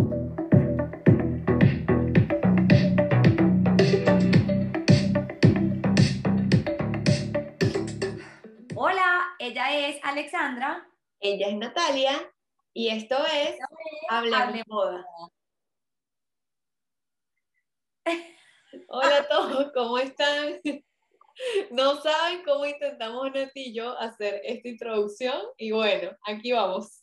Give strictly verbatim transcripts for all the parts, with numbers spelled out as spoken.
Hola, ella es Alexandra. Ella es Natalia y esto es Hablemos Hablemos. Moda. Hola a todos, ¿cómo están? No saben cómo intentamos Nati y yo hacer esta introducción y bueno, aquí vamos.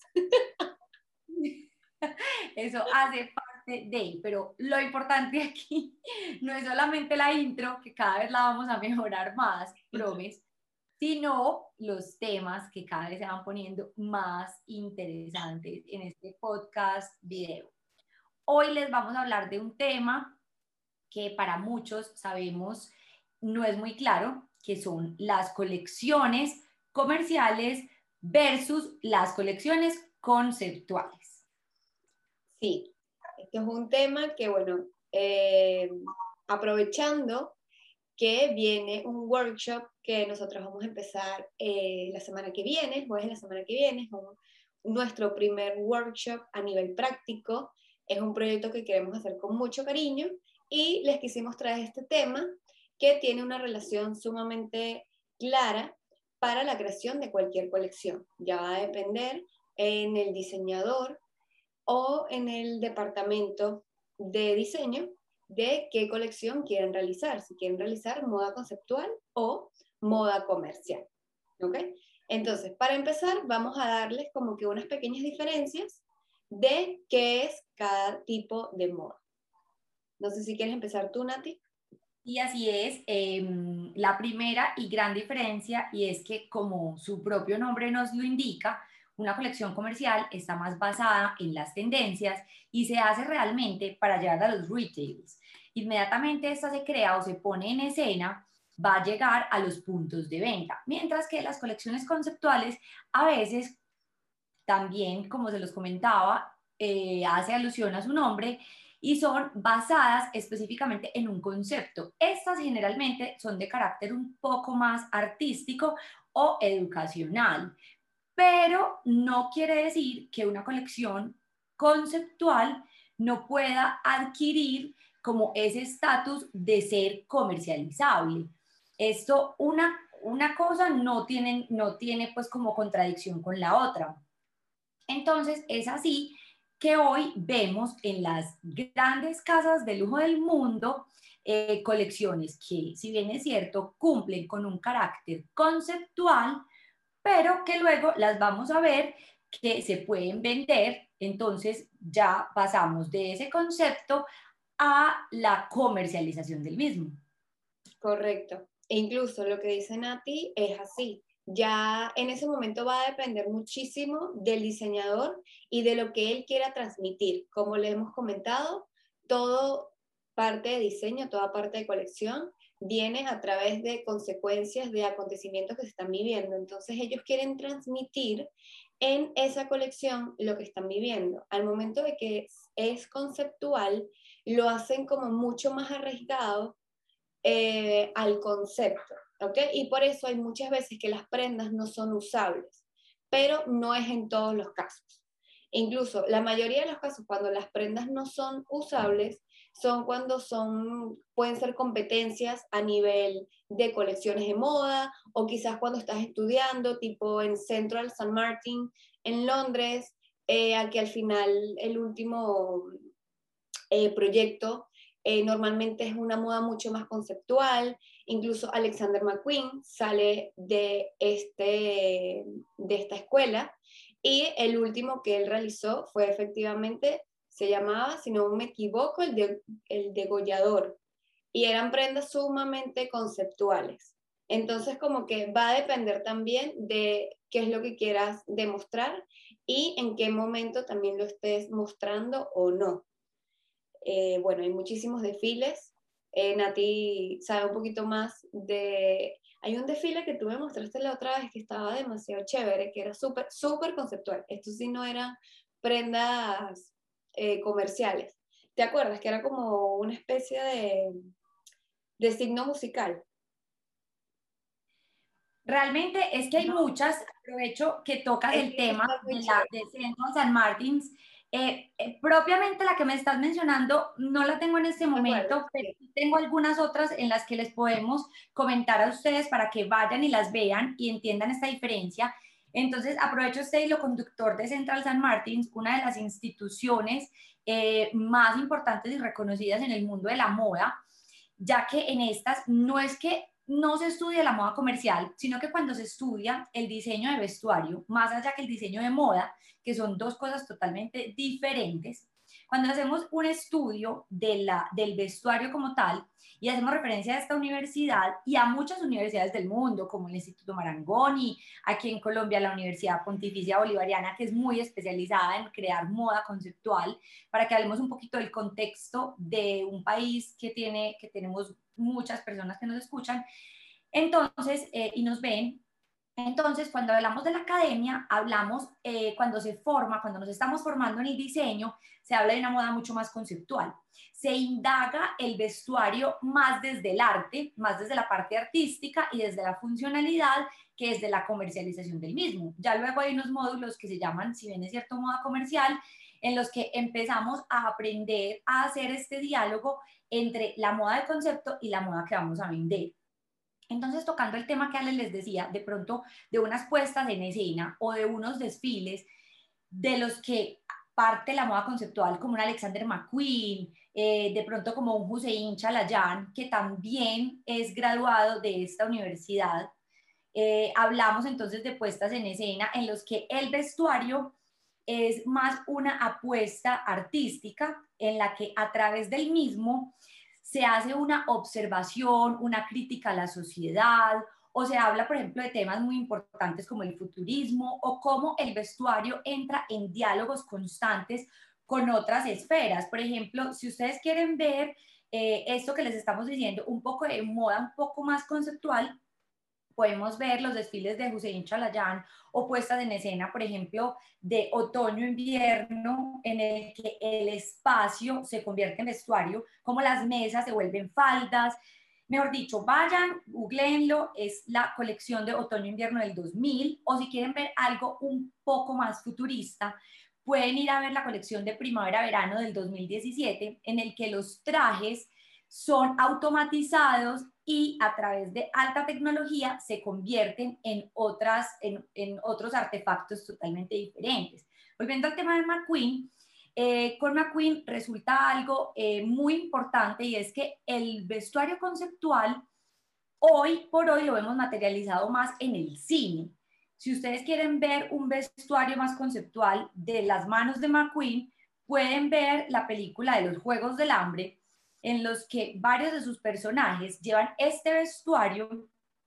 Eso hace parte de, pero lo importante aquí no es solamente la intro, que cada vez la vamos a mejorar más, promes, sino los temas que cada vez se van poniendo más interesantes en este podcast video. Hoy les vamos a hablar de un tema que para muchos sabemos no es muy claro, que son las colecciones comerciales versus las colecciones conceptuales. Sí, este es un tema que bueno, eh, aprovechando que viene un workshop que nosotros vamos a empezar eh, la semana que viene, jueves de la semana que viene, es un, nuestro primer workshop a nivel práctico, es un proyecto que queremos hacer con mucho cariño y les quisimos traer este tema que tiene una relación sumamente clara para la creación de cualquier colección. Ya va a depender en el diseñador o en el departamento de diseño de qué colección quieren realizar, si quieren realizar moda conceptual o moda comercial. ¿Ok? Entonces, para empezar, vamos a darles como que unas pequeñas diferencias de qué es cada tipo de moda. No sé si quieres empezar tú, Nati. Y así es, eh, la primera y gran diferencia, y es que como su propio nombre nos lo indica, una colección comercial está más basada en las tendencias y se hace realmente para llegar a los retails. Inmediatamente esta se crea o se pone en escena, va a llegar a los puntos de venta, mientras que las colecciones conceptuales a veces también, como se los comentaba, eh, hace alusión a su nombre y son basadas específicamente en un concepto. Estas generalmente son de carácter un poco más artístico o educacional, pero no quiere decir que una colección conceptual no pueda adquirir como ese estatus de ser comercializable. Esto, una, una cosa no tiene, no tiene pues como contradicción con la otra. Entonces, es así que hoy vemos en las grandes casas de lujo del mundo eh, colecciones que, si bien es cierto, cumplen con un carácter conceptual, pero que luego las vamos a ver que se pueden vender. Entonces, ya pasamos de ese concepto a la comercialización del mismo. Correcto. E incluso lo que dice Nati es así. Ya en ese momento va a depender muchísimo del diseñador y de lo que él quiera transmitir. Como le hemos comentado, todo parte de diseño, toda parte de colección viene a través de consecuencias de acontecimientos que se están viviendo. Entonces ellos quieren transmitir en esa colección lo que están viviendo. Al momento de que es conceptual, lo hacen como mucho más arriesgado eh, al concepto, ¿ok? Y por eso hay muchas veces que las prendas no son usables, pero no es en todos los casos. Incluso la mayoría de los casos cuando las prendas no son usables son cuando son, pueden ser competencias a nivel de colecciones de moda o quizás cuando estás estudiando, tipo en Central Saint Martin en Londres, eh, aquí al final el último eh, proyecto eh, normalmente es una moda mucho más conceptual, incluso Alexander McQueen sale de, este, de esta escuela y el último que él realizó fue efectivamente, se llamaba, si no me equivoco, el, de, el degollador y eran prendas sumamente conceptuales. Entonces como que va a depender también de qué es lo que quieras demostrar y en qué momento también lo estés mostrando o no. Eh, bueno, hay muchísimos desfiles. Eh, Nati sabe un poquito más de... Hay un desfile que tú me mostraste la otra vez que estaba demasiado chévere, que era súper, súper conceptual. Esto sí no eran prendas eh, comerciales. ¿Te acuerdas? Que era como una especie de, de signo musical. Realmente es que hay muchas, aprovecho que tocas Es el que tema está muy de la chévere. de Central Saint Martins. Eh, eh, propiamente la que me estás mencionando no la tengo en este De acuerdo, momento, pero sí. sí tengo algunas otras en las que les podemos comentar a ustedes para que vayan y las vean y entiendan esta diferencia. Entonces, aprovecho este hilo conductor de Central Saint Martins, una de las instituciones eh, más importantes y reconocidas en el mundo de la moda, ya que en estas no es que no se estudia la moda comercial, sino que cuando se estudia el diseño de vestuario, más allá que el diseño de moda, que son dos cosas totalmente diferentes, cuando hacemos un estudio de la, del vestuario como tal y hacemos referencia a esta universidad y a muchas universidades del mundo, como el Instituto Marangoni, aquí en Colombia la Universidad Pontificia Bolivariana, que es muy especializada en crear moda conceptual, para que hablemos un poquito del contexto de un país que, tiene, que tenemos muchas personas que nos escuchan, entonces, eh, y nos ven. Entonces, cuando hablamos de la academia, hablamos eh, cuando se forma, cuando nos estamos formando en el diseño, se habla de una moda mucho más conceptual. Se indaga el vestuario más desde el arte, más desde la parte artística y desde la funcionalidad que desde la comercialización del mismo. Ya luego hay unos módulos que se llaman, si bien es cierto, moda comercial, en los que empezamos a aprender a hacer este diálogo entre la moda de concepto y la moda que vamos a vender. Entonces, tocando el tema que Ale les decía, de pronto de unas puestas en escena o de unos desfiles de los que parte la moda conceptual, como un Alexander McQueen, eh, de pronto como un Hussein Chalayan, que también es graduado de esta universidad. Eh, hablamos entonces de puestas en escena en los que el vestuario es más una apuesta artística en la que a través del mismo se hace una observación, una crítica a la sociedad, o se habla, por ejemplo, de temas muy importantes como el futurismo o cómo el vestuario entra en diálogos constantes con otras esferas. Por ejemplo, si ustedes quieren ver eh, esto que les estamos diciendo, un poco de moda, un poco más conceptual, podemos ver los desfiles de Hussein Chalayan o puestas en escena, por ejemplo, de otoño-invierno, en el que el espacio se convierte en vestuario, como las mesas se vuelven faldas. Mejor dicho, vayan, googleenlo, es la colección de otoño-invierno del dos mil, o si quieren ver algo un poco más futurista, pueden ir a ver la colección de primavera-verano del dos mil diecisiete, en el que los trajes son automatizados y a través de alta tecnología se convierten en, otras, en, en otros artefactos totalmente diferentes. Volviendo al tema de McQueen, eh, con McQueen resulta algo eh, muy importante, y es que el vestuario conceptual hoy por hoy lo vemos materializado más en el cine. Si ustedes quieren ver un vestuario más conceptual de las manos de McQueen, pueden ver la película de los Juegos del Hambre, en los que varios de sus personajes llevan este vestuario.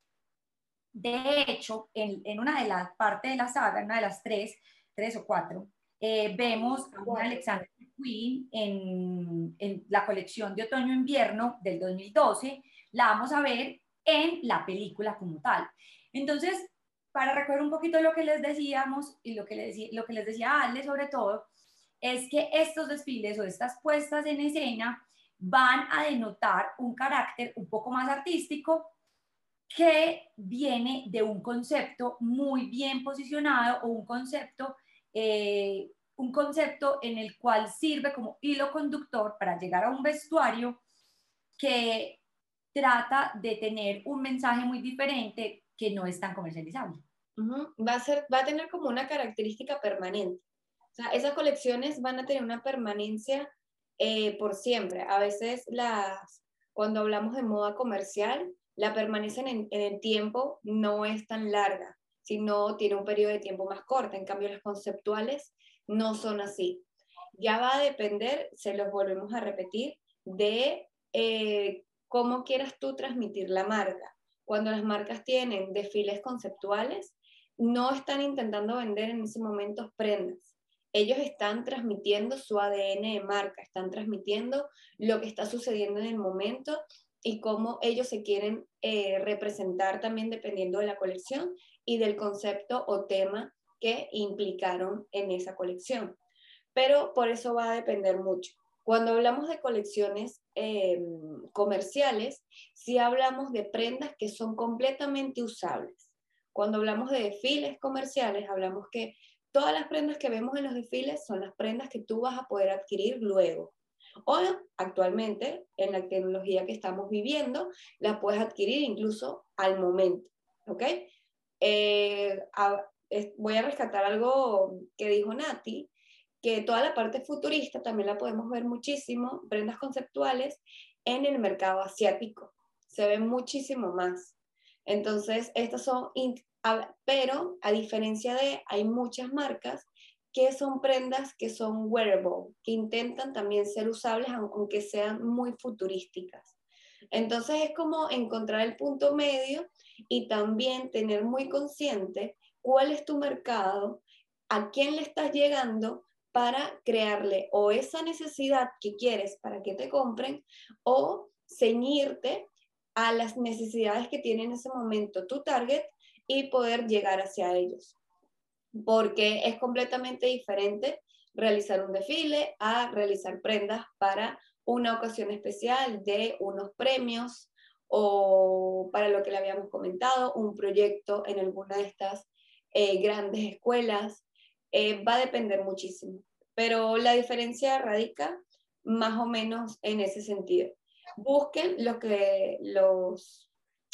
De hecho, en, en una de las partes de la saga, en una de las tres, tres o cuatro, eh, vemos a una Cuatro. Alexander McQueen en, en la colección de otoño-invierno del dos mil doce. La vamos a ver en la película como tal. Entonces, para recordar un poquito lo que les decíamos y lo que les, lo que les decía Ale sobre todo, es que estos desfiles o estas puestas en escena van a denotar un carácter un poco más artístico, que viene de un concepto muy bien posicionado o un concepto, eh, un concepto en el cual sirve como hilo conductor para llegar a un vestuario que trata de tener un mensaje muy diferente que no es tan comercializable. Uh-huh. Va a ser, va a tener como una característica permanente. O sea, esas colecciones van a tener una permanencia eh, por siempre. A veces las, cuando hablamos de moda comercial, la permanencia en, en el tiempo no es tan larga, sino tiene un periodo de tiempo más corto. En cambio, las conceptuales no son así. Ya va a depender, se los volvemos a repetir, de eh, cómo quieras tú transmitir la marca. Cuando las marcas tienen desfiles conceptuales, no están intentando vender en ese momento prendas. Ellos están transmitiendo su A D N de marca, están transmitiendo lo que está sucediendo en el momento y cómo ellos se quieren eh, representar también dependiendo de la colección y del concepto o tema que implicaron en esa colección. Pero por eso va a depender mucho. Cuando hablamos de colecciones eh, comerciales, sí hablamos de prendas que son completamente usables. Cuando hablamos de desfiles comerciales, hablamos que todas las prendas que vemos en los desfiles son las prendas que tú vas a poder adquirir luego. O actualmente, en la tecnología que estamos viviendo, las puedes adquirir incluso al momento, ¿ok? Eh, a, es, voy a rescatar algo que dijo Nati, que toda la parte futurista también la podemos ver muchísimo, prendas conceptuales, en el mercado asiático. Se ven muchísimo más. Entonces, estas son, pero a diferencia de, hay muchas marcas que son prendas que son wearable, que intentan también ser usables aunque sean muy futurísticas. Entonces es como encontrar el punto medio y también tener muy consciente cuál es tu mercado, a quién le estás llegando para crearle o esa necesidad que quieres para que te compren o ceñirte a las necesidades que tiene en ese momento tu target y poder llegar hacia ellos. Porque es completamente diferente realizar un desfile a realizar prendas para una ocasión especial de unos premios o para lo que le habíamos comentado, un proyecto en alguna de estas eh, grandes escuelas. Eh, va a depender muchísimo, pero la diferencia radica más o menos en ese sentido. Busquen lo que los,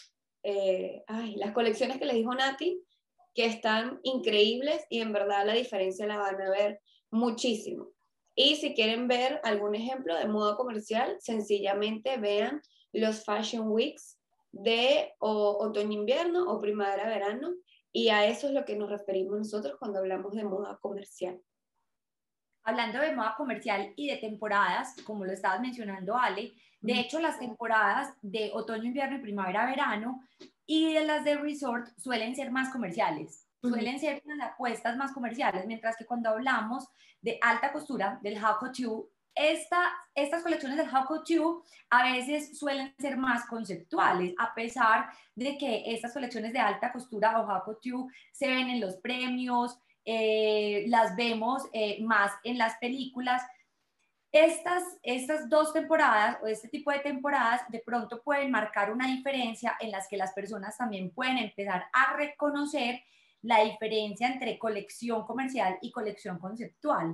eh, ay, las colecciones que les dijo Nati, que están increíbles y en verdad la diferencia la van a ver muchísimo. Y si quieren ver algún ejemplo de moda comercial, sencillamente vean los Fashion Weeks de otoño-invierno o primavera-verano, y a eso es lo que nos referimos nosotros cuando hablamos de moda comercial. Hablando de moda comercial y de temporadas, como lo estabas mencionando, Ale, de hecho las temporadas de otoño, invierno y primavera-verano y de las de resort suelen ser más comerciales, suelen ser unas apuestas más comerciales, mientras que cuando hablamos de alta costura, del haute couture, esta, estas colecciones del haute couture a veces suelen ser más conceptuales, a pesar de que estas colecciones de alta costura o haute couture se ven en los premios, eh, las vemos eh, más en las películas. Estas, estas dos temporadas o este tipo de temporadas de pronto pueden marcar una diferencia en las que las personas también pueden empezar a reconocer la diferencia entre colección comercial y colección conceptual.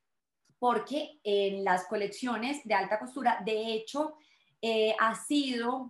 Porque en las colecciones de alta costura, de hecho, eh, ha sido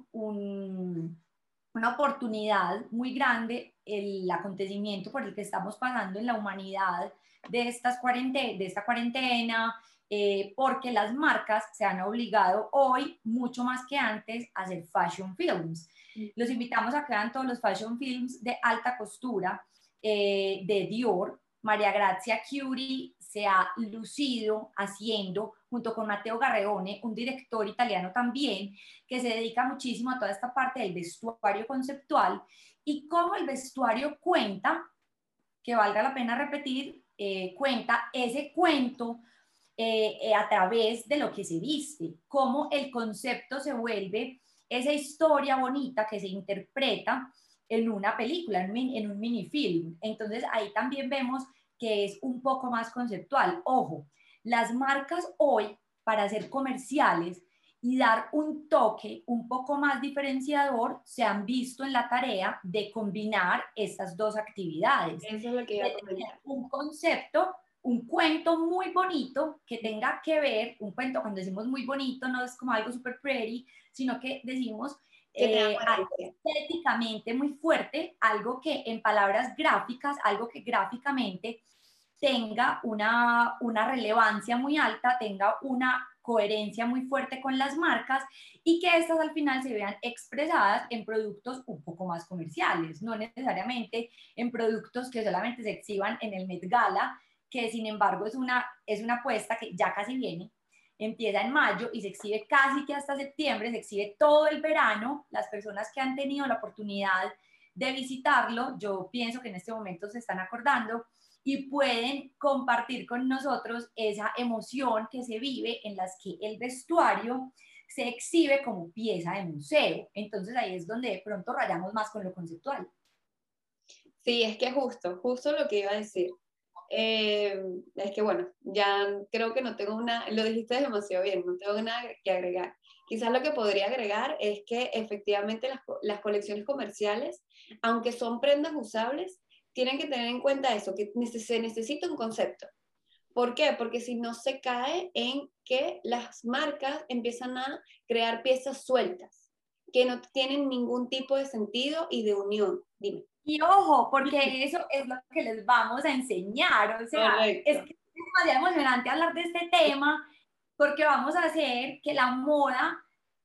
un, una oportunidad muy grande el acontecimiento por el que estamos pasando en la humanidad de, estas cuarentena, de esta cuarentena, eh, porque las marcas se han obligado hoy, mucho más que antes, a hacer fashion films. Los invitamos a que vean todos los fashion films de alta costura eh, de Dior. María Grazia Chiuri se ha lucido haciendo, junto con Matteo Garreone, un director italiano también, que se dedica muchísimo a toda esta parte del vestuario conceptual y cómo el vestuario cuenta, que valga la pena repetir, eh, cuenta ese cuento eh, eh, a través de lo que se viste, cómo el concepto se vuelve esa historia bonita que se interpreta en una película, en un, en un minifilm. Entonces ahí también vemos que es un poco más conceptual. Ojo, las marcas hoy, para ser comerciales y dar un toque un poco más diferenciador, se han visto en la tarea de combinar estas dos actividades. Eso es lo que iba a comentar. Un concepto, un cuento muy bonito que tenga que ver, un cuento, cuando decimos muy bonito, no es como algo super pretty, sino que decimos eh, estéticamente muy fuerte, algo que en palabras gráficas, algo que gráficamente tenga una, una relevancia muy alta, tenga una coherencia muy fuerte con las marcas y que estas al final se vean expresadas en productos un poco más comerciales, no necesariamente en productos que solamente se exhiban en el Met Gala, que sin embargo es una, es una apuesta que ya casi viene, empieza en mayo y se exhibe casi que hasta septiembre, se exhibe todo el verano. Las personas que han tenido la oportunidad de visitarlo, yo pienso que en este momento se están acordando y pueden compartir con nosotros esa emoción que se vive en las que el vestuario se exhibe como pieza de museo. Entonces ahí es donde de pronto rayamos más con lo conceptual. Sí, es que justo, justo lo que iba a decir. Eh, es que bueno, ya creo que no tengo una, lo dijiste demasiado bien, no tengo nada que agregar. Quizás lo que podría agregar es que efectivamente las, las colecciones comerciales, aunque son prendas usables, tienen que tener en cuenta eso, que se necesita un concepto. ¿Por qué? Porque si no se cae en que las marcas empiezan a crear piezas sueltas, que no tienen ningún tipo de sentido y de unión. Dime. Y ojo, porque eso es lo que les vamos a enseñar. O sea, es Correcto. que es demasiado emocionante hablar de este tema porque vamos a hacer que la moda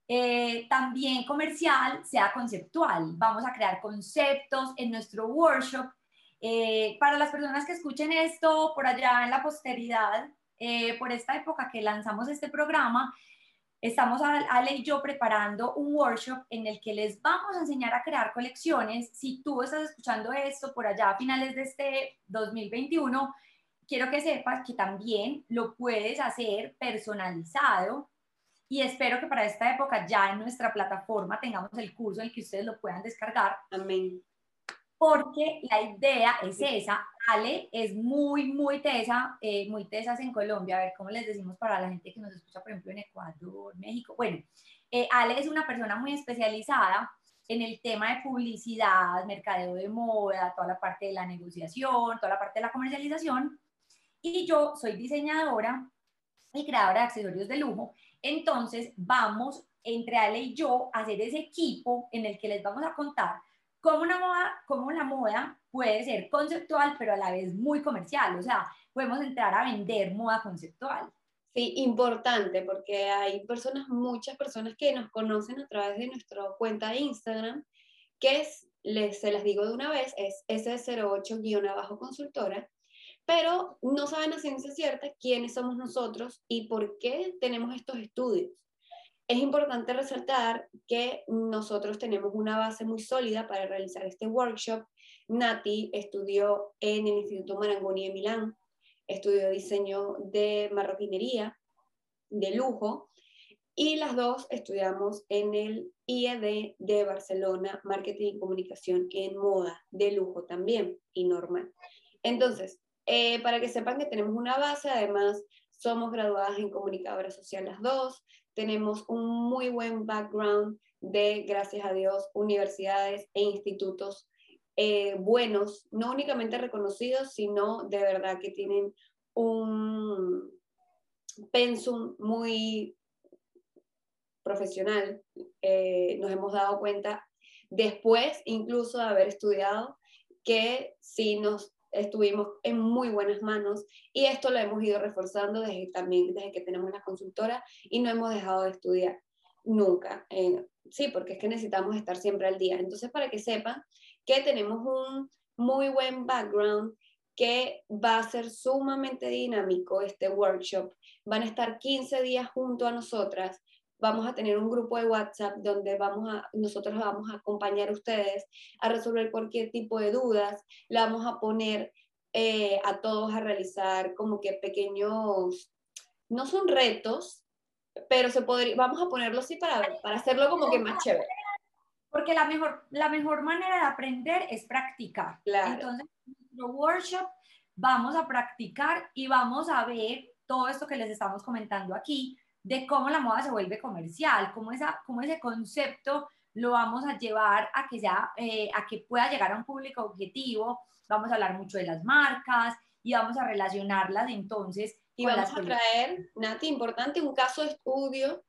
eh, también comercial sea conceptual. Vamos a crear conceptos en nuestro workshop. Eh, para las personas que escuchen esto por allá en la posteridad, eh, por esta época que lanzamos este programa, estamos Ale y yo preparando un workshop en el que les vamos a enseñar a crear colecciones. Si tú estás escuchando esto por allá a finales de este dos mil veintiuno, quiero que sepas que también lo puedes hacer personalizado y espero que para esta época ya en nuestra plataforma tengamos el curso en el que ustedes lo puedan descargar. Amén. Porque la idea es esa. Ale es muy, muy tesa, eh, muy tesas en Colombia. A ver, ¿cómo les decimos para la gente que nos escucha, por ejemplo, en Ecuador, México? Bueno, eh, Ale es una persona muy especializada en el tema de publicidad, mercadeo de moda, toda la parte de la negociación, toda la parte de la comercialización. Y yo soy diseñadora y creadora de accesorios de lujo. Entonces, vamos entre Ale y yo a hacer ese equipo en el que les vamos a contar cómo, una moda, cómo la moda puede ser conceptual, pero a la vez muy comercial. O sea, podemos entrar a vender moda conceptual. Sí, importante, porque hay personas, muchas personas que nos conocen a través de nuestra cuenta de Instagram, que es, les, se las digo de una vez, es ese cero ocho guión abajo consultora, pero no saben a ciencia cierta quiénes somos nosotros y por qué tenemos estos estudios. Es importante resaltar que nosotros tenemos una base muy sólida para realizar este workshop. Nati estudió en el Instituto Marangoni de Milán, estudió diseño de marroquinería, de lujo, y las dos estudiamos en el I E D de Barcelona, Marketing y Comunicación en moda, de lujo también, y normal. Entonces, eh, para que sepan que tenemos una base, además somos graduadas en comunicadora social las dos, tenemos un muy buen background de, gracias a Dios, universidades e institutos eh, buenos, no únicamente reconocidos, sino de verdad que tienen un pensum muy profesional. Eh, nos hemos dado cuenta después incluso de haber estudiado que sí nos estuvimos en muy buenas manos y esto lo hemos ido reforzando desde, también desde que tenemos la consultora y no hemos dejado de estudiar nunca. Eh, sí, porque es que necesitamos estar siempre al día. Entonces, para que sepan que tenemos un muy buen background, que va a ser sumamente dinámico este workshop. Van a estar quince días junto a nosotras. Vamos a tener un grupo de WhatsApp donde vamos a, nosotros vamos a acompañar a ustedes a resolver cualquier tipo de dudas. La vamos a poner eh, a todos a realizar como que pequeños, no son retos, pero se podría, vamos a ponerlo así para, para hacerlo como que más chévere. Porque la mejor, la mejor manera de aprender es practicar. Claro. Entonces, en nuestro workshop vamos a practicar y vamos a ver todo esto que les estamos comentando aquí, de cómo la moda se vuelve comercial, cómo, esa, cómo ese concepto lo vamos a llevar a que, sea, eh, a que pueda llegar a un público objetivo. Vamos a hablar mucho de las marcas y vamos a relacionarlas entonces y con vamos las a traer, Nati, importante, un caso de estudio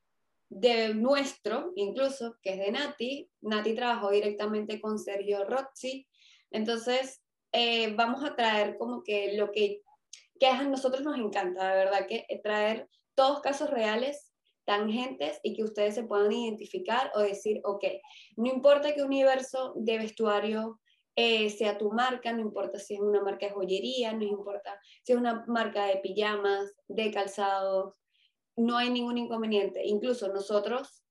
de nuestro, incluso, que es de Nati. Nati trabajó directamente con Sergio Rozzi. Entonces, eh, vamos a traer como que lo que, que a nosotros nos encanta, de verdad, que traer todos casos reales, tangentes, y que ustedes se puedan identificar o decir, ok, no importa qué universo de vestuario eh, sea tu marca, no importa si es una marca de joyería, no importa si es una marca de pijamas, de calzados, no hay ningún inconveniente. Incluso nosotros,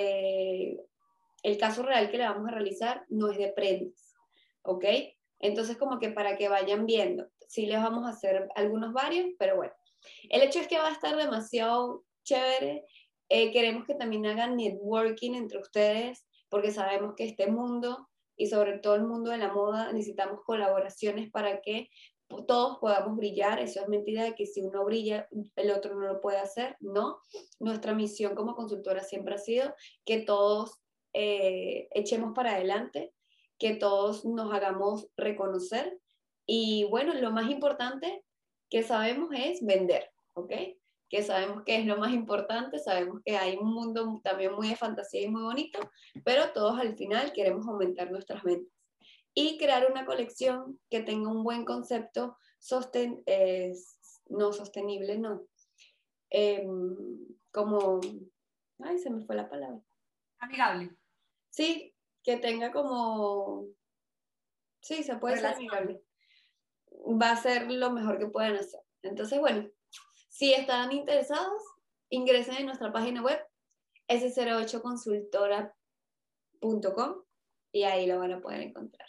eh, el caso real que le vamos a realizar no es de prendas, ¿ok? Entonces, como que para que vayan viendo, sí les vamos a hacer algunos varios, pero bueno. El hecho es que va a estar demasiado chévere. Eh, queremos que también hagan networking entre ustedes, porque sabemos que este mundo, y sobre todo el mundo de la moda, necesitamos colaboraciones para que todos podamos brillar. Eso es mentira de que si uno brilla, el otro no lo puede hacer, no. Nuestra misión como consultora siempre ha sido que todos eh, echemos para adelante, que todos nos hagamos reconocer Y bueno, lo más importante que sabemos es vender, ¿ok? Que sabemos que es lo más importante, sabemos que hay un mundo también muy de fantasía y muy bonito, pero todos al final queremos aumentar nuestras ventas. Y crear una colección que tenga un buen concepto sosten eh, no sostenible, no. Eh, como, ay, se me fue la palabra. Amigable. Sí, que tenga como, sí, se puede ser Relación. amigable. Va a ser lo mejor que puedan hacer. Entonces, bueno, si están interesados, ingresen en nuestra página web ese cero ocho consultora punto com y ahí lo van a poder encontrar.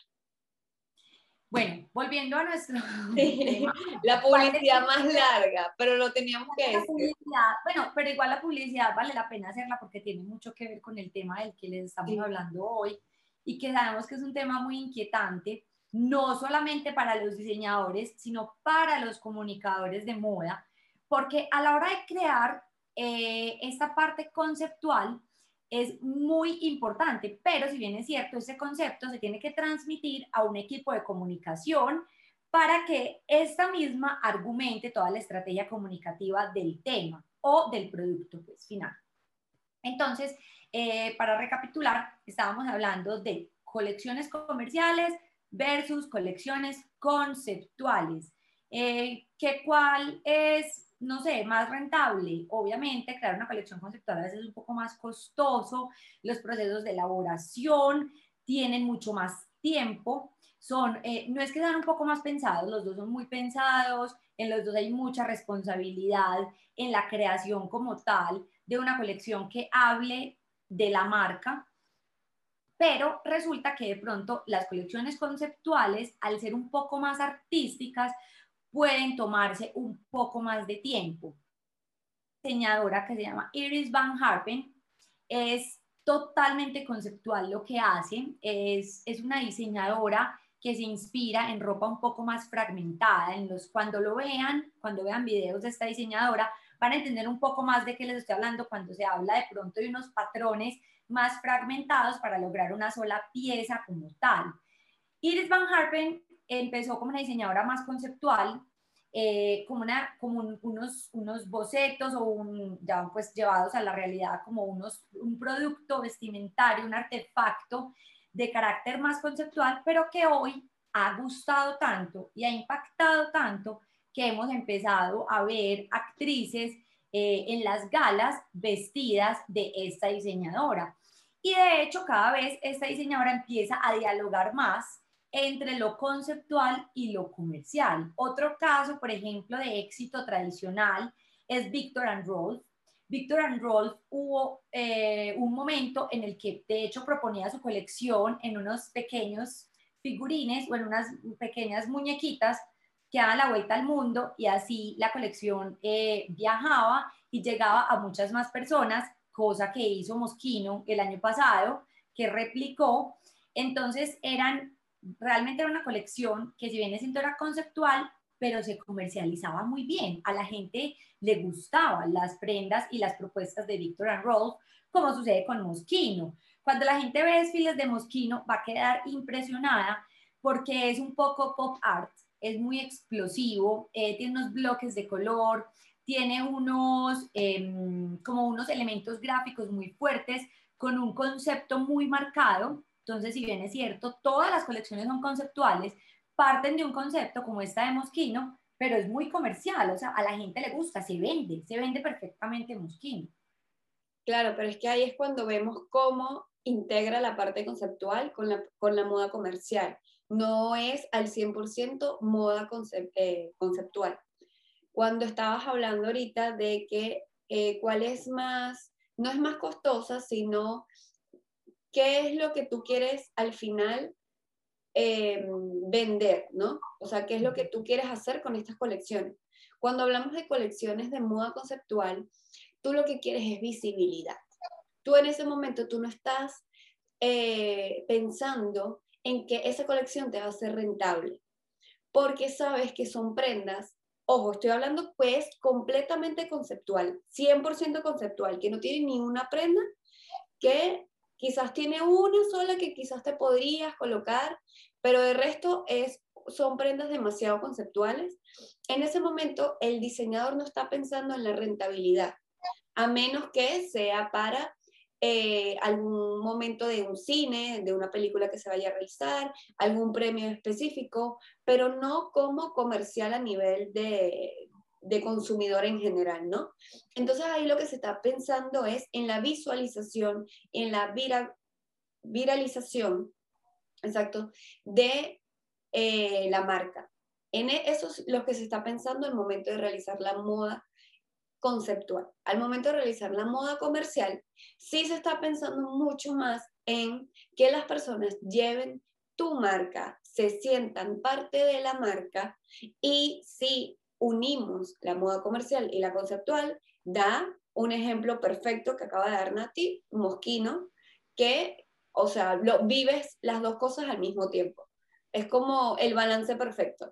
Bueno, volviendo a nuestro Sí, tema, la ¿cuál de publicidad más larga, pero lo teníamos que la decir. publicidad? Bueno, pero igual la publicidad vale la pena hacerla porque tiene mucho que ver con el tema del que les estamos Sí. hablando hoy y que sabemos que es un tema muy inquietante, no solamente para los diseñadores, sino para los comunicadores de moda, porque a la hora de crear eh, esta parte conceptual es muy importante, pero si bien es cierto, ese concepto se tiene que transmitir a un equipo de comunicación para que esta misma argumente toda la estrategia comunicativa del tema o del producto pues, final. Entonces, eh, para recapitular, estábamos hablando de colecciones comerciales versus colecciones conceptuales. Eh, ¿qué, ¿Cuál es, no sé, más rentable? Obviamente, crear una colección conceptual a veces es un poco más costoso, los procesos de elaboración tienen mucho más tiempo, son, eh, no es que sean un poco más pensados, los dos son muy pensados, en los dos hay mucha responsabilidad en la creación como tal de una colección que hable de la marca, pero resulta que de pronto las colecciones conceptuales, al ser un poco más artísticas, pueden tomarse un poco más de tiempo. Diseñadora que se llama Iris Van Harpen es totalmente conceptual lo que hace, es, es una diseñadora que se inspira en ropa un poco más fragmentada, en los, cuando lo vean, cuando vean videos de esta diseñadora, van a entender un poco más de qué les estoy hablando cuando se habla de pronto de unos patrones más fragmentados para lograr una sola pieza como tal. Iris Van Harpen empezó como una diseñadora más conceptual, eh, como, una, como un, unos, unos bocetos o un, ya pues llevados a la realidad como unos, un producto vestimentario, un artefacto de carácter más conceptual, pero que hoy ha gustado tanto y ha impactado tanto que hemos empezado a ver actrices eh, en las galas vestidas de esta diseñadora. Y de hecho, cada vez esta diseñadora empieza a dialogar más entre lo conceptual y lo comercial. Otro caso, por ejemplo, de éxito tradicional es Viktor and Rolf. Viktor and Rolf hubo eh, un momento en el que de hecho proponía su colección en unos pequeños figurines o en unas pequeñas muñequitas que daban la vuelta al mundo y así la colección eh, viajaba y llegaba a muchas más personas, cosa que hizo Moschino el año pasado, que replicó. Entonces eran, realmente era una colección que si bien es era conceptual, pero se comercializaba muy bien. A la gente le gustaban las prendas y las propuestas de Viktor and Rolf, como sucede con Moschino. Cuando la gente ve desfiles de Moschino va a quedar impresionada porque es un poco pop art, es muy explosivo, eh, tiene unos bloques de color, tiene unos, eh, como unos elementos gráficos muy fuertes, con un concepto muy marcado. Entonces, si bien es cierto, todas las colecciones son conceptuales, parten de un concepto como esta de Moschino, pero es muy comercial, o sea, a la gente le gusta, se vende, se vende perfectamente Moschino. Claro, pero es que ahí es cuando vemos cómo integra la parte conceptual con la, con la moda comercial. No es al cien por ciento moda concep eh, conceptual. Cuando estabas hablando ahorita de que eh, cuál es más, no es más costosa, sino qué es lo que tú quieres al final eh, vender, ¿no? O sea, qué es lo que tú quieres hacer con estas colecciones. Cuando hablamos de colecciones de moda conceptual, tú lo que quieres es visibilidad. Tú en ese momento, tú no estás eh, pensando en que esa colección te va a ser rentable, porque sabes que son prendas, ojo, estoy hablando pues completamente conceptual, cien por ciento conceptual, que no tiene ni una prenda, que quizás tiene una sola que quizás te podrías colocar, pero el resto es son prendas demasiado conceptuales, en ese momento el diseñador no está pensando en la rentabilidad, a menos que sea para eh, algún momento de un cine, de una película que se vaya a realizar, algún premio específico, pero no como comercial a nivel de, de consumidor en general, ¿no? Entonces ahí lo que se está pensando es en la visualización, en la vira, viralización, exacto, de eh, la marca. En eso es lo que se está pensando al momento de realizar la moda conceptual. Al momento de realizar la moda comercial, sí se está pensando mucho más en que las personas lleven tu marca, se sientan parte de la marca, y si unimos la moda comercial y la conceptual, da un ejemplo perfecto que acaba de dar Nati, Moschino, que, o sea, lo, vives las dos cosas al mismo tiempo. Es como el balance perfecto.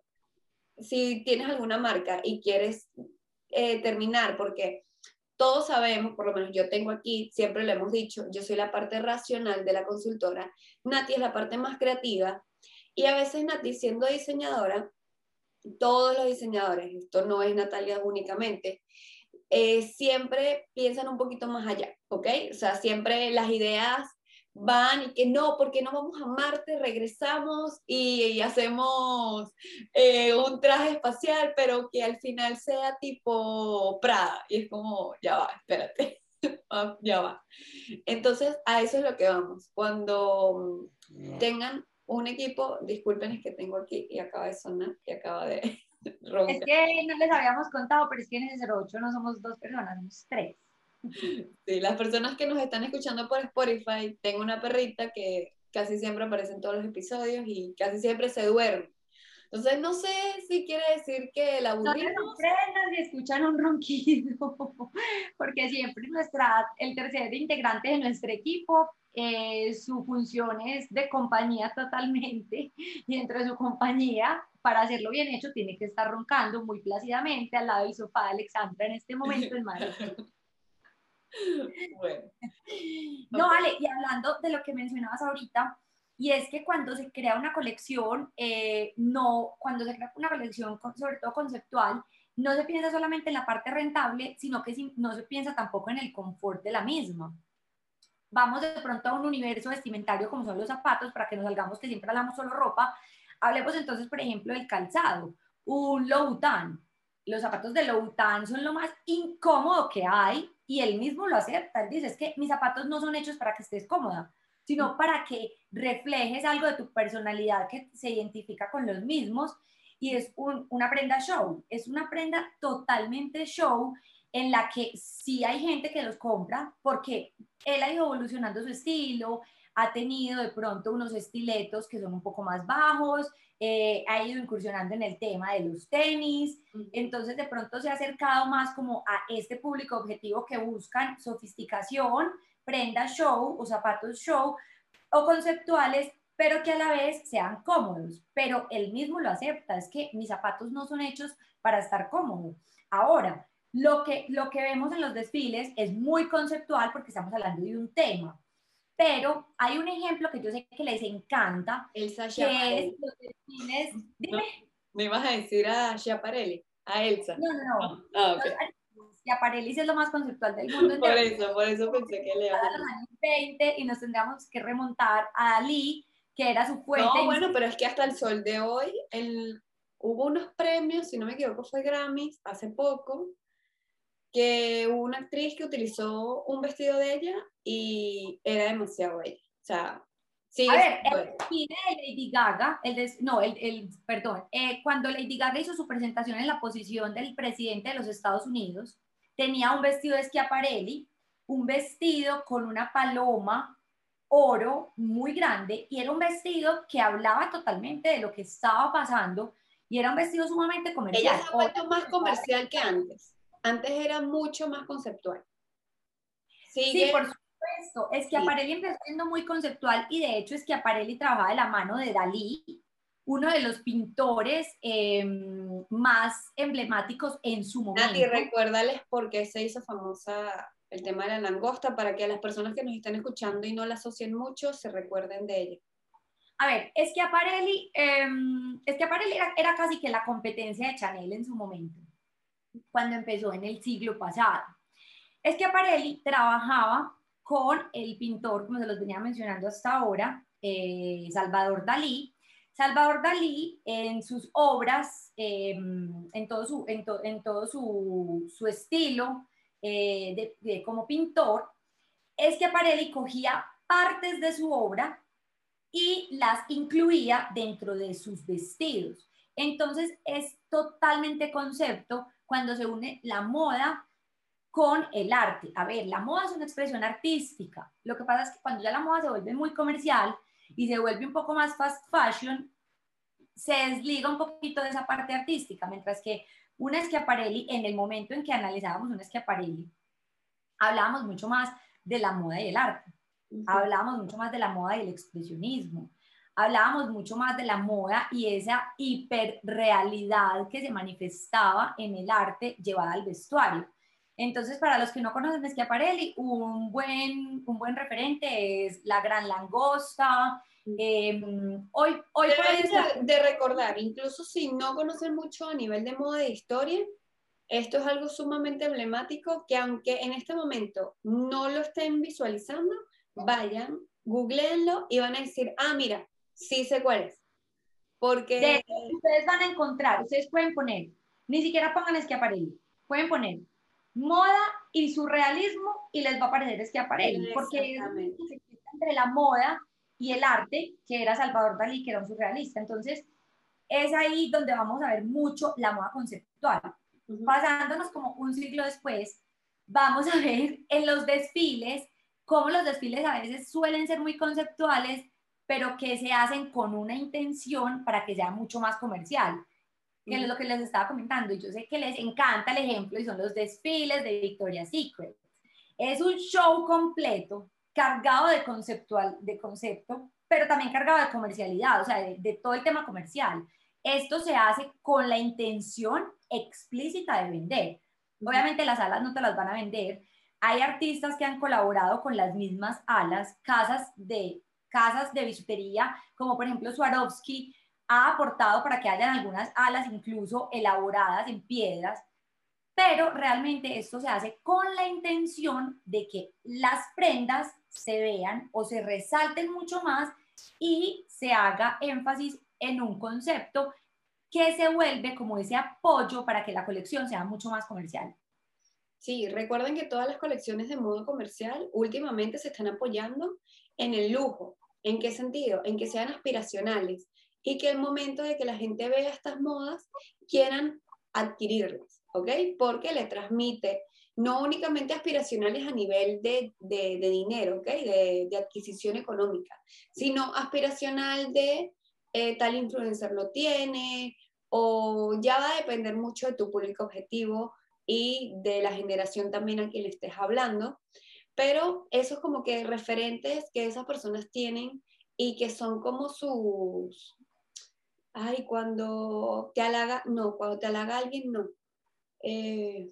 Si tienes alguna marca y quieres eh, terminar, porque todos sabemos, por lo menos yo tengo aquí, siempre lo hemos dicho, yo soy la parte racional de la consultora, Nati es la parte más creativa, y a veces Nati, siendo diseñadora, todos los diseñadores, esto no es Natalia únicamente, eh, siempre piensan un poquito más allá, ¿ok? O sea, siempre las ideas van y que no, porque no vamos a Marte, regresamos y, y hacemos eh, un traje espacial, pero que al final sea tipo Prada. Y es como, ya va, espérate, ya va. Entonces, a eso es lo que vamos. Cuando tengan un equipo, disculpen, es que tengo aquí y acaba de sonar y acaba de Es roncar. que no les habíamos contado, pero es que en ese cero ocho no somos dos personas, somos tres. Sí, las personas que nos están escuchando por Spotify, tengo una perrita que casi siempre aparece en todos los episodios y casi siempre se duerme. Entonces, no sé si quiere decir que la No se aburrimos. sorprendan si escuchan un ronquido, porque siempre nuestra, el tercer integrante de nuestro equipo, eh, su función es de compañía totalmente, y dentro de su compañía, para hacerlo bien hecho, tiene que estar roncando muy plácidamente al lado del sofá de Alexandra en este momento en Madrid. Bueno, No, ok. vale, y hablando de lo que mencionabas ahorita, y es que cuando se crea una colección, eh, no, cuando se crea una colección, sobre todo conceptual, no se piensa solamente en la parte rentable, sino que no se piensa tampoco en el confort de la misma. Vamos de pronto a un universo vestimentario como son los zapatos, para que nos salgamos que siempre hablamos solo ropa. Hablemos entonces, por ejemplo, del calzado. Un Louboutin. Los zapatos de Louboutin son lo más incómodo que hay, y él mismo lo acepta. Él dice, es que mis zapatos no son hechos para que estés cómoda, sino para que reflejes algo de tu personalidad que se identifica con los mismos, y es un, una prenda show, es una prenda totalmente show, en la que sí hay gente que los compra porque él ha ido evolucionando su estilo, ha tenido de pronto unos estiletos que son un poco más bajos, eh, ha ido incursionando en el tema de los tenis, entonces de pronto se ha acercado más como a este público objetivo que buscan sofisticación, prendas show o zapatos show o conceptuales, pero que a la vez sean cómodos. Pero él mismo lo acepta, es que mis zapatos no son hechos para estar cómodos. Ahora, lo que, lo que vemos en los desfiles es muy conceptual porque estamos hablando de un tema, pero hay un ejemplo que yo sé que les encanta, Elsa que es Schiaparelli. los desfiles. ¿No? Dime. ¿Me ibas a decir a Schiaparelli? A Elsa. No, no, no. ¿No? Ah, ok. Los, y Aparelis es lo más conceptual del mundo Por entero. eso, por eso pensé que le ibas a A los decir. años veinte, y nos tendríamos que remontar a Dalí, que era su fuente No, de bueno, pero inspiración. es que hasta el sol de hoy, el, hubo unos premios, si no me equivoco, fue Grammys hace poco, que hubo una actriz que utilizó un vestido de ella y era demasiado bella. O sea, A sigue ver, siendo el ella. desfile de Lady Gaga, el des, no, el, el perdón, eh, cuando Lady Gaga hizo su presentación en la posición del presidente de los Estados Unidos, tenía un vestido de Schiaparelli, un vestido con una paloma oro muy grande, y era un vestido que hablaba totalmente de lo que estaba pasando, y era un vestido sumamente Ella se comercial. ha vuelto más Obviamente, comercial que antes. Antes era mucho más conceptual. sí, Sigue, por supuesto. sí. Schiaparelli empezó siendo muy conceptual, y de hecho Schiaparelli trabajaba de la mano de Dalí, uno de los pintores eh, más emblemáticos en su Nati, momento. recuérdales por qué se hizo famosa el tema de la langosta, para que las personas que nos están escuchando y no la asocien mucho se recuerden de ella. A ver, Schiaparelli, eh, Schiaparelli era, era casi que la competencia de Chanel en su momento, cuando empezó en el siglo pasado. Schiaparelli trabajaba con el pintor, como se los venía mencionando hasta ahora, eh, Salvador Dalí. Salvador Dalí, en sus obras, eh, en todo su, en to, en todo su, su estilo eh, de, de, como pintor, Schiaparelli cogía partes de su obra y las incluía dentro de sus vestidos. Entonces es totalmente concepto cuando se une la moda con el arte. A ver, la moda es una expresión artística. Lo que pasa es que cuando ya la moda se vuelve muy comercial y se vuelve un poco más fast fashion, se desliga un poquito de esa parte artística, mientras que una Schiaparelli, en el momento en que analizábamos una Schiaparelli, hablábamos mucho más de la moda y el arte. Uh-huh. Hablábamos mucho más de la moda y el expresionismo. Hablábamos mucho más de la moda y esa hiperrealidad que se manifestaba en el arte llevada al vestuario. Entonces, para los que no conocen Schiaparelli, un buen, un buen referente es La Gran Langosta. Eh, hoy, hoy por hoy está... de recordar, incluso si no conocen mucho a nivel de moda e historia, esto es algo sumamente emblemático que aunque en este momento no lo estén visualizando, vayan, googleenlo y van a decir, ah, mira, sí sé cuál es. Porque de, ustedes van a encontrar, ustedes pueden poner, ni siquiera pongan Schiaparelli, pueden poner moda y surrealismo y les va a aparecer Schiaparelli, porque es entre la moda y el arte, que era Salvador Dalí, que era un surrealista. Entonces, es ahí donde vamos a ver mucho la moda conceptual. Uh-huh. Pasándonos como un siglo después, vamos a ver en los desfiles, cómo los desfiles a veces suelen ser muy conceptuales, pero que se hacen con una intención para que sea mucho más comercial, que uh-huh. es lo que les estaba comentando. Y yo sé que les encanta el ejemplo y son los desfiles de Victoria's Secret. Es un show completo, cargado de, conceptual, de concepto, pero también cargado de comercialidad, o sea, de, de todo el tema comercial. Esto se hace con la intención explícita de vender. Obviamente las alas no te las van a vender. Hay artistas que han colaborado con las mismas alas, casas de, casas de bisutería, como por ejemplo Swarovski, ha aportado para que hayan algunas alas incluso elaboradas en piedras, pero realmente esto se hace con la intención de que las prendas se vean o se resalten mucho más y se haga énfasis en un concepto que se vuelve como ese apoyo para que la colección sea mucho más comercial. Sí, recuerden que todas las colecciones de moda comercial últimamente se están apoyando en el lujo. ¿En qué sentido? En que sean aspiracionales y que el momento de que la gente vea estas modas quieran adquirirlas, ¿ok? Porque le transmite no únicamente aspiracionales a nivel de, de, de dinero, ¿ok? De, de adquisición económica, sino aspiracional de eh, tal influencer lo tiene, o ya va a depender mucho de tu público objetivo y de la generación también a quien le estés hablando, pero eso es como que referentes que esas personas tienen y que son como sus... Ay, cuando te halaga, no, cuando te halaga alguien, no. Eh,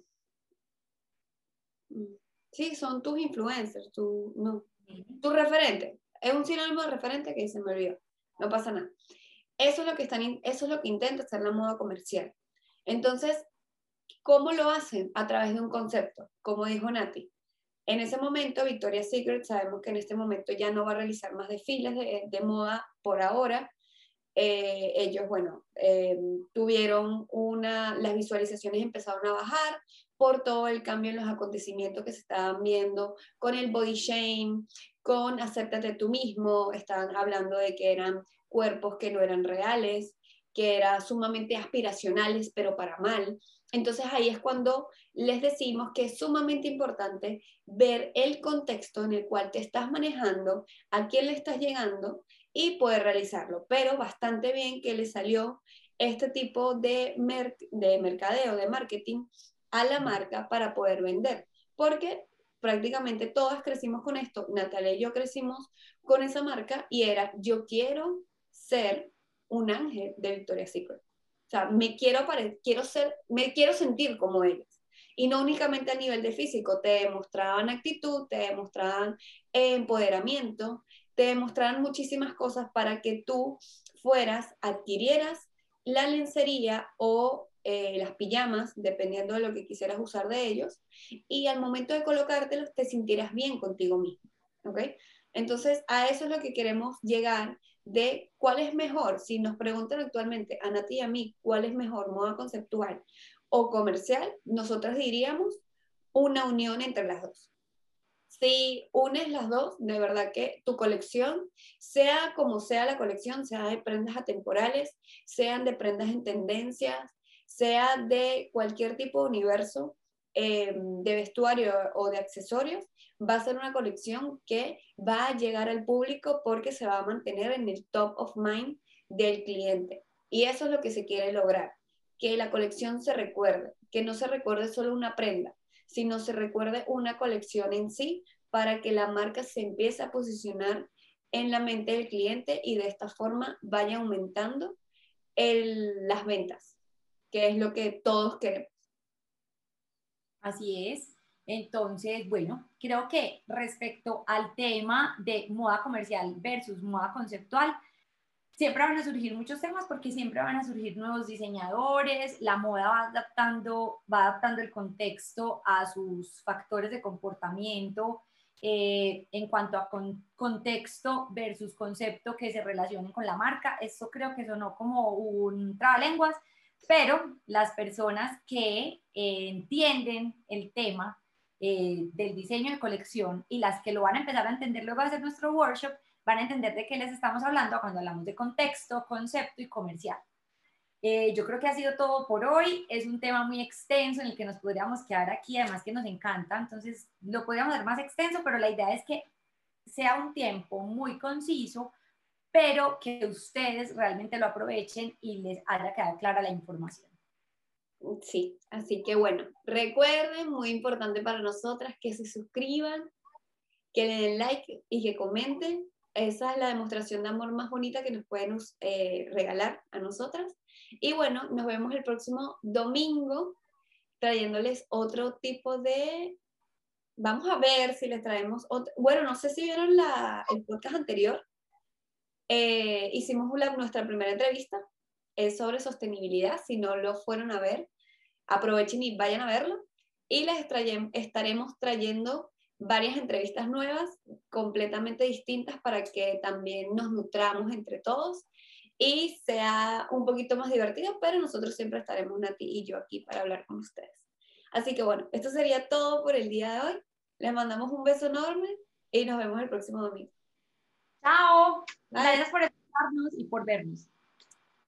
sí, son tus influencers, tu, no, tu referente. Es un sinónimo de referente que se me olvidó, no pasa nada. Eso es lo que, están, eso es lo que intenta hacer la moda comercial. Entonces, ¿cómo lo hacen? A través de un concepto, como dijo Nati. En ese momento, Victoria's Secret, sabemos que en este momento ya no va a realizar más desfiles de, de moda por ahora. Eh, ellos, bueno, eh, tuvieron una, las visualizaciones empezaron a bajar por todo el cambio en los acontecimientos que se estaban viendo, con el body shame, con acéptate tú mismo, estaban hablando de que eran cuerpos que no eran reales, que eran sumamente aspiracionales, pero para mal. Entonces ahí es cuando les decimos que es sumamente importante ver el contexto en el cual te estás manejando, a quién le estás llegando y poder realizarlo. Pero bastante bien que le salió este tipo de, mer de mercadeo, de marketing a la marca para poder vender. Porque prácticamente todas crecimos con esto. Natalia y yo crecimos con esa marca y era yo quiero ser un ángel de Victoria's Secret. O sea, me quiero, quiero, ser, me quiero sentir como ellas. Y no únicamente a nivel de físico, te demostraban actitud, te demostraban empoderamiento, te demostraran muchísimas cosas para que tú fueras, adquirieras la lencería o eh, las pijamas, dependiendo de lo que quisieras usar de ellos, y al momento de colocártelos te sintieras bien contigo mismo, ¿ok? Entonces, a eso es lo que queremos llegar, de cuál es mejor. Si nos preguntan actualmente a Nati y a mí cuál es mejor, moda conceptual o comercial, nosotras diríamos una unión entre las dos. Si unes las dos, de verdad que tu colección, sea como sea la colección, sea de prendas atemporales, sean de prendas en tendencias, sea de cualquier tipo de universo, eh, de vestuario o de accesorios, va a ser una colección que va a llegar al público porque se va a mantener en el top of mind del cliente. Y eso es lo que se quiere lograr, que la colección se recuerde, que no se recuerde solo una prenda, sino se recuerde una colección en sí, para que la marca se empiece a posicionar en la mente del cliente y de esta forma vaya aumentando el, las ventas, que es lo que todos queremos. Así es. Entonces, bueno, creo que respecto al tema de moda comercial versus moda conceptual, siempre van a surgir muchos temas porque siempre van a surgir nuevos diseñadores, la moda va adaptando, va adaptando el contexto a sus factores de comportamiento, eh, en cuanto a con, contexto versus concepto que se relacionen con la marca. Esto creo que sonó como un trabalenguas, pero las personas que eh, entienden el tema eh, del diseño de colección y las que lo van a empezar a entender luego de hacer nuestro workshop, van a entender de qué les estamos hablando cuando hablamos de contexto, concepto y comercial. Eh, yo creo que ha sido todo por hoy. Es un tema muy extenso en el que nos podríamos quedar aquí, además que nos encanta, entonces lo podríamos hacer más extenso, pero la idea es que sea un tiempo muy conciso, pero que ustedes realmente lo aprovechen y les haya quedado clara la información. Sí, así que bueno, recuerden, muy importante para nosotras, que se suscriban, que le den like y que comenten. Esa es la demostración de amor más bonita que nos pueden eh, regalar a nosotras. Y bueno, nos vemos el próximo domingo trayéndoles otro tipo de... Vamos a ver si les traemos otro... Bueno, no sé si vieron la, el podcast anterior. Eh, hicimos la, nuestra primera entrevista. Es sobre sostenibilidad. Si no lo fueron a ver, aprovechen y vayan a verlo. Y les traye, estaremos trayendo varias entrevistas nuevas, completamente distintas, para que también nos nutramos entre todos y sea un poquito más divertido, pero nosotros siempre estaremos, Nati y yo, aquí para hablar con ustedes. Así que bueno, esto sería todo por el día de hoy. Les mandamos un beso enorme y nos vemos el próximo domingo. Chao, Bye. gracias por escucharnos y por vernos.